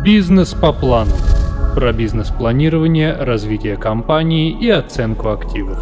Бизнес по плану. Про бизнес-планирование, развитие компании и оценку активов.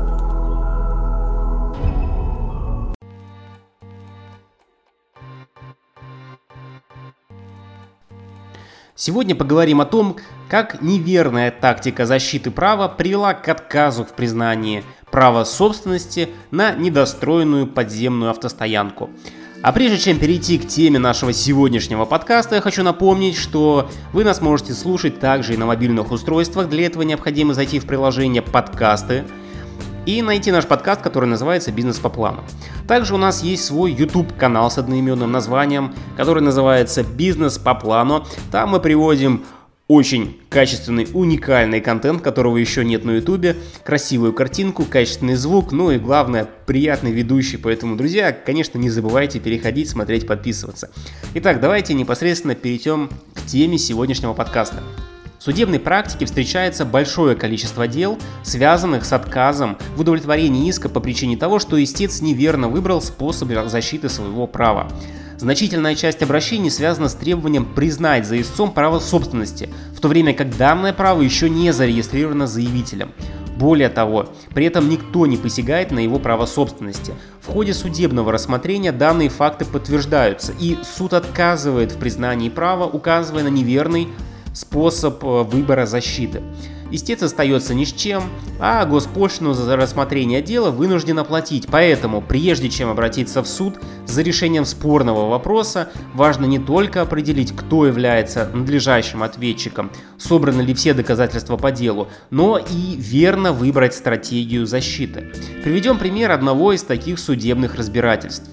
Сегодня поговорим о том, как неверная тактика защиты права привела к отказу в признании права собственности на недостроенную подземную автостоянку. А прежде чем перейти к теме нашего сегодняшнего подкаста, я хочу напомнить, что вы нас можете слушать также и на мобильных устройствах. Для этого необходимо зайти в приложение «Подкасты» и найти наш подкаст, который называется «Бизнес по плану». Также у нас есть свой YouTube-канал с одноименным названием, который называется «Бизнес по плану». Там мы приводим очень качественный, уникальный контент, которого еще нет на YouTube, красивую картинку, качественный звук, ну и главное, приятный ведущий. Поэтому, друзья, конечно, не забывайте переходить, смотреть, подписываться. Итак, давайте непосредственно перейдем к теме сегодняшнего подкаста. В судебной практике встречается большое количество дел, связанных с отказом в удовлетворении иска по причине того, что истец неверно выбрал способ защиты своего права. Значительная часть обращений связана с требованием признать за истцом право собственности, в то время как данное право еще не зарегистрировано заявителем. Более того, при этом никто не посягает на его право собственности. В ходе судебного рассмотрения данные факты подтверждаются, и суд отказывает в признании права, указывая на неверный способ выбора защиты. Истец остается ни с чем, а госпошлину за рассмотрение дела вынужден оплатить. Поэтому, прежде чем обратиться в суд за решением спорного вопроса, важно не только определить, кто является надлежащим ответчиком, собраны ли все доказательства по делу, но и верно выбрать стратегию защиты. Приведем пример одного из таких судебных разбирательств.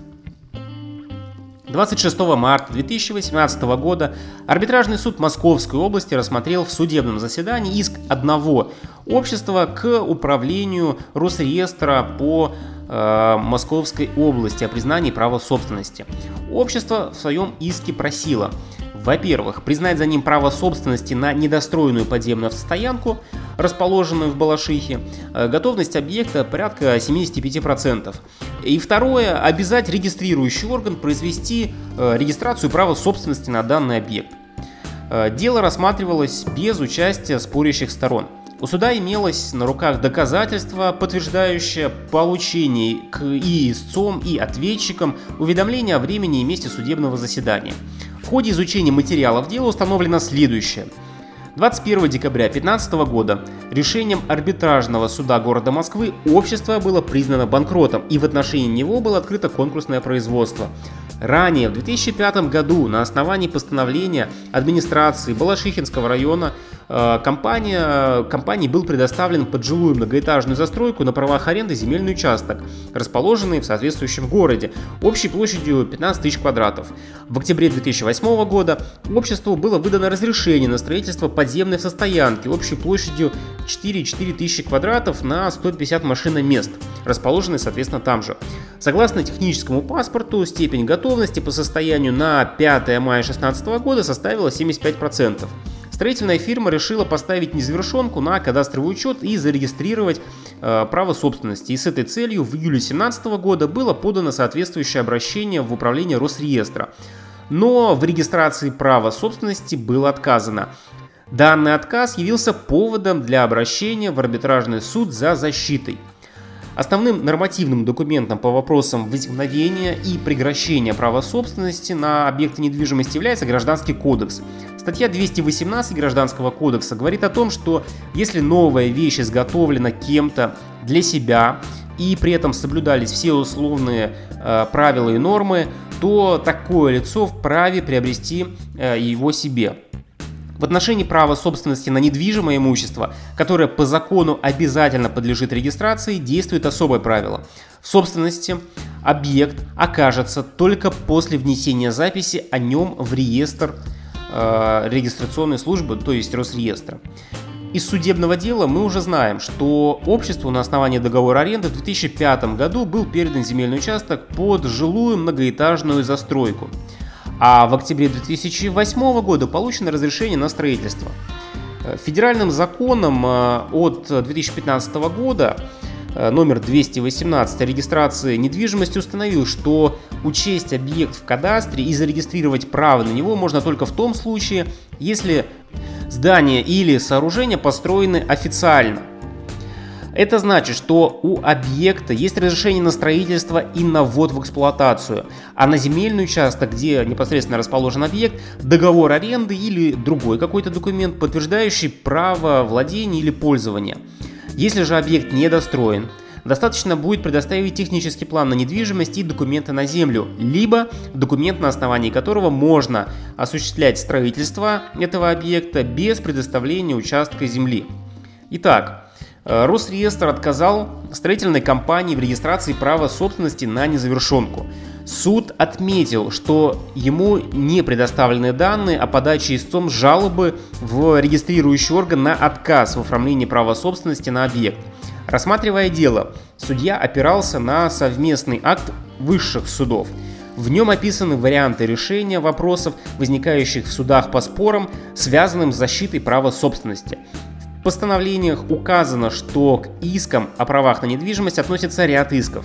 26 марта 2018 года Арбитражный суд Московской области рассмотрел в судебном заседании иск одного общества к управлению Росреестра по Московской области о признании права собственности. Общество в своем иске просило: во-первых, признать за ним право собственности на недостроенную подземную автостоянку, расположенную в Балашихе, готовность объекта порядка 75%. И второе, обязать регистрирующий орган произвести регистрацию права собственности на данный объект. Дело рассматривалось без участия спорящих сторон. У суда имелось на руках доказательства, подтверждающее получение и истцом, и ответчиком уведомления о времени и месте судебного заседания. В ходе изучения материалов дела установлено следующее. 21 декабря 2015 года решением арбитражного суда города Москвы общество было признано банкротом, и в отношении него было открыто конкурсное производство. Ранее, в 2005 году, на основании постановления администрации Балашихинского района компании был предоставлен под жилую многоэтажную застройку на правах аренды земельный участок, расположенный в соответствующем городе, общей площадью 15 тысяч квадратов. В октябре 2008 года обществу было выдано разрешение на строительство подземной автостоянки общей площадью 4,4 тысячи квадратов на 150 машиномест, расположенной, соответственно, там же. Согласно техническому паспорту, степень готовности по состоянию на 5 мая 2016 года составила 75%. Строительная фирма решила поставить незавершенку на кадастровый учет и зарегистрировать право собственности. И с этой целью в июле 2017 года было подано соответствующее обращение в управление Росреестра. Но в регистрации права собственности было отказано. Данный отказ явился поводом для обращения в арбитражный суд за защитой. Основным нормативным документом по вопросам возникновения и прекращения права собственности на объекты недвижимости является Гражданский кодекс. Статья 218 Гражданского кодекса говорит о том, что если новая вещь изготовлена кем-то для себя и при этом соблюдались все условные правила и нормы, то такое лицо вправе приобрести его себе. В отношении права собственности на недвижимое имущество, которое по закону обязательно подлежит регистрации, действует особое правило. В собственности объект окажется только после внесения записи о нем в реестр регистрационной службы, то есть Росреестра. Из судебного дела мы уже знаем, что обществу на основании договора аренды в 2005 году был передан земельный участок под жилую многоэтажную застройку. А в октябре 2008 года получено разрешение на строительство. Федеральным законом от 2015 года номер 218 о регистрации недвижимости установил, что учесть объект в кадастре и зарегистрировать право на него можно только в том случае, если здание или сооружение построены официально. Это значит, что у объекта есть разрешение на строительство и на ввод в эксплуатацию, а на земельный участок, где непосредственно расположен объект, договор аренды или другой какой-то документ, подтверждающий право владения или пользования. Если же объект недостроен, достаточно будет предоставить технический план на недвижимость и документы на землю, либо документ, на основании которого можно осуществлять строительство этого объекта без предоставления участка земли. Итак, Росреестр отказал строительной компании в регистрации права собственности на незавершенку. Суд отметил, что ему не предоставлены данные о подаче истцом жалобы в регистрирующий орган на отказ в оформлении права собственности на объект. Рассматривая дело, судья опирался на совместный акт высших судов. В нем описаны варианты решения вопросов, возникающих в судах по спорам, связанным с защитой права собственности. В постановлениях указано, что к искам о правах на недвижимость относится ряд исков.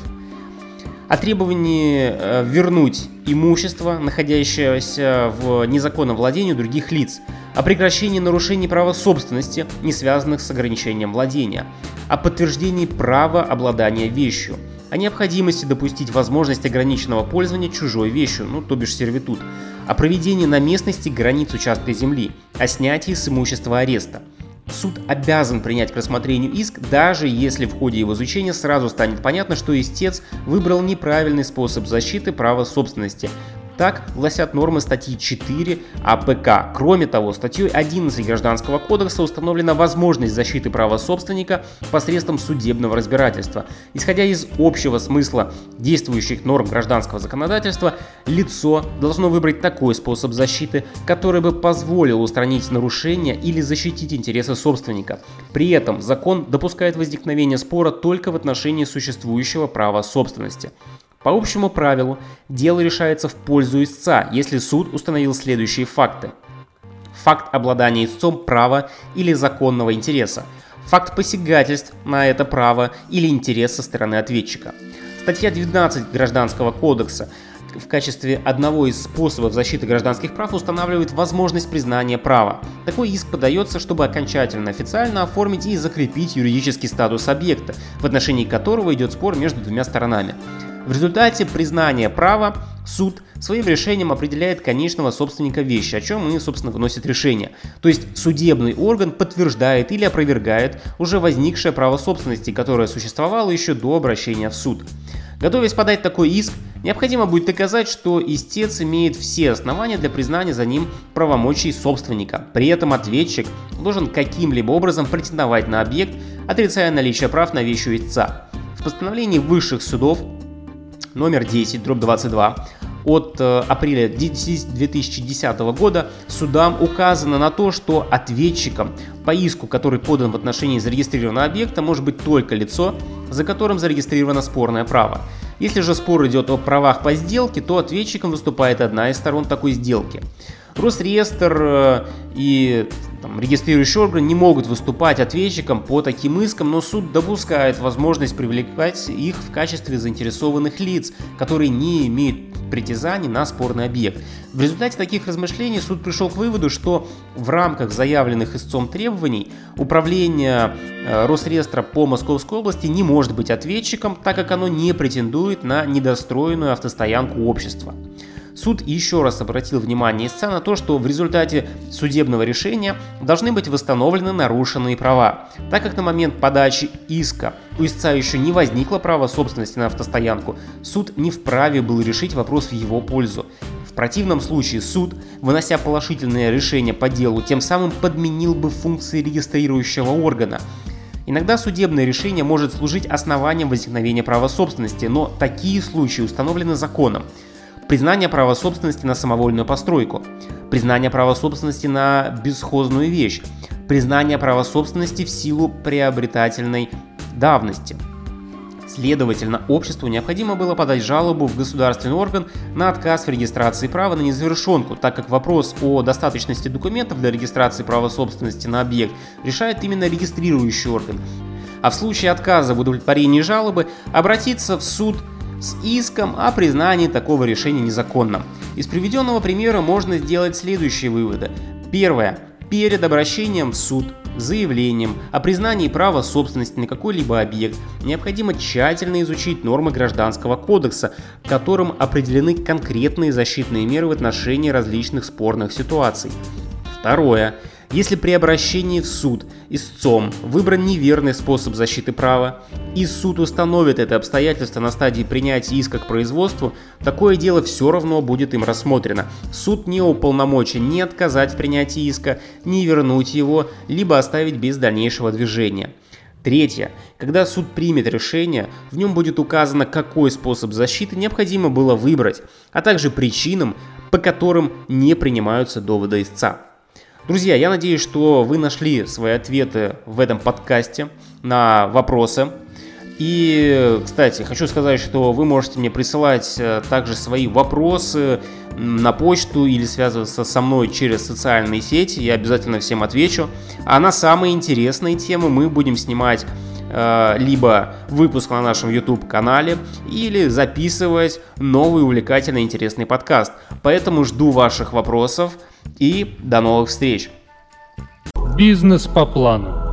О требовании вернуть имущество, находящееся в незаконном владении других лиц, о прекращении нарушений права собственности, не связанных с ограничением владения, о подтверждении права обладания вещью, о необходимости допустить возможность ограниченного пользования чужой вещью, то бишь сервитут, о проведении на местности границ участка земли, о снятии с имущества ареста. Суд обязан принять к рассмотрению иск, даже если в ходе его изучения сразу станет понятно, что истец выбрал неправильный способ защиты права собственности. Так гласят нормы статьи 4 АПК. Кроме того, статьей 11 Гражданского кодекса установлена возможность защиты права собственника посредством судебного разбирательства. Исходя из общего смысла действующих норм гражданского законодательства, лицо должно выбрать такой способ защиты, который бы позволил устранить нарушения или защитить интересы собственника. При этом закон допускает возникновение спора только в отношении существующего права собственности. По общему правилу, дело решается в пользу истца, если суд установил следующие факты. Факт обладания истцом права или законного интереса. Факт посягательств на это право или интерес со стороны ответчика. Статья 12 Гражданского кодекса в качестве одного из способов защиты гражданских прав устанавливает возможность признания права. Такой иск подается, чтобы окончательно официально оформить и закрепить юридический статус объекта, в отношении которого идет спор между двумя сторонами. В результате признания права суд своим решением определяет конечного собственника вещи, о чем и, собственно, выносит решение. То есть судебный орган подтверждает или опровергает уже возникшее право собственности, которое существовало еще до обращения в суд. Готовясь подать такой иск, необходимо будет доказать, что истец имеет все основания для признания за ним правомочий собственника. При этом ответчик должен каким-либо образом претендовать на объект, отрицая наличие прав на вещь у истца. В постановлении высших судов номер 10/22 от апреля 2010 года судам указано на то, что ответчиком по иску, который подан в отношении зарегистрированного объекта, может быть только лицо, за которым зарегистрировано спорное право. Если же спор идет о правах по сделке, то ответчиком выступает одна из сторон такой сделки. Росреестр и регистрирующий орган не могут выступать ответчиком по таким искам, но суд допускает возможность привлекать их в качестве заинтересованных лиц, которые не имеют притязаний на спорный объект. В результате таких размышлений суд пришел к выводу, что в рамках заявленных истцом требований управление Росреестра по Московской области не может быть ответчиком, так как оно не претендует на недостроенную автостоянку общества. Суд еще раз обратил внимание истца на то, что в результате судебного решения должны быть восстановлены нарушенные права. Так как на момент подачи иска у истца еще не возникло права собственности на автостоянку, суд не вправе был решить вопрос в его пользу. В противном случае суд, вынося положительное решение по делу, тем самым подменил бы функции регистрирующего органа. Иногда судебное решение может служить основанием возникновения права собственности, но такие случаи установлены законом. Признание права собственности на самовольную постройку, признание права собственности на бесхозную вещь, признание права собственности в силу приобретательной давности. Следовательно, обществу необходимо было подать жалобу в государственный орган на отказ в регистрации права на незавершенку, так как вопрос о достаточности документов для регистрации права собственности на объект решает именно регистрирующий орган. а в случае отказа в удовлетворении жалобы обратиться в суд с иском о признании такого решения незаконным. Из приведенного примера можно сделать следующие выводы. Первое. Перед обращением в суд с заявлением о признании права собственности на какой-либо объект необходимо тщательно изучить нормы Гражданского кодекса, в котором определены конкретные защитные меры в отношении различных спорных ситуаций. Второе. Если при обращении в суд истцом выбран неверный способ защиты права, и суд установит это обстоятельство на стадии принятия иска к производству, такое дело все равно будет им рассмотрено. Суд не уполномочен ни отказать в принятии иска, ни вернуть его, либо оставить без дальнейшего движения. Третье. Когда суд примет решение, в нем будет указано, какой способ защиты необходимо было выбрать, а также причинам, по которым не принимаются доводы истца. Друзья, я надеюсь, что вы нашли свои ответы в этом подкасте на вопросы. И, кстати, хочу сказать, что вы можете мне присылать также свои вопросы на почту или связываться со мной через социальные сети. Я обязательно всем отвечу. А на самые интересные темы мы будем снимать либо выпуск на нашем YouTube-канале, или записывать новый увлекательный интересный подкаст. Поэтому жду ваших вопросов и до новых встреч. Бизнес по плану.